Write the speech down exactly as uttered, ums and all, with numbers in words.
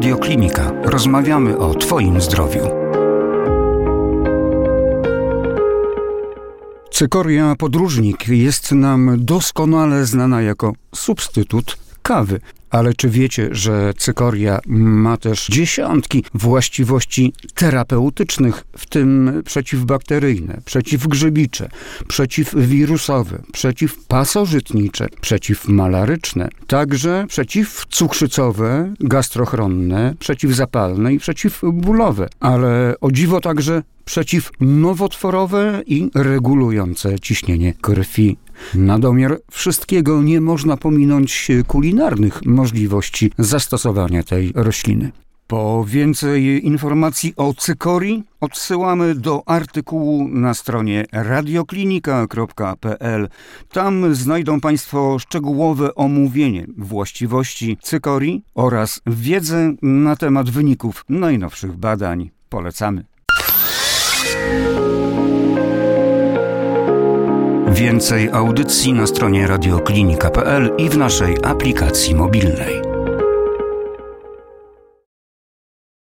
Radioklinika. Rozmawiamy o Twoim zdrowiu. Cykoria podróżnik jest nam doskonale znana jako substytut kawy. Ale czy wiecie, że cykoria ma też dziesiątki właściwości terapeutycznych, w tym przeciwbakteryjne, przeciwgrzybicze, przeciwwirusowe, przeciwpasożytnicze, przeciwmalaryczne, także przeciwcukrzycowe, gastrochronne, przeciwzapalne i przeciwbólowe, ale o dziwo także przeciwnowotworowe i regulujące ciśnienie krwi. Na domiar wszystkiego nie można pominąć kulinarnych możliwości zastosowania tej rośliny. Po więcej informacji o cykorii odsyłamy do artykułu na stronie radioklinika kropka p l. Tam znajdą Państwo szczegółowe omówienie właściwości cykorii oraz wiedzę na temat wyników najnowszych badań. Polecamy. Więcej audycji na stronie radioklinika kropka p l i w naszej aplikacji mobilnej.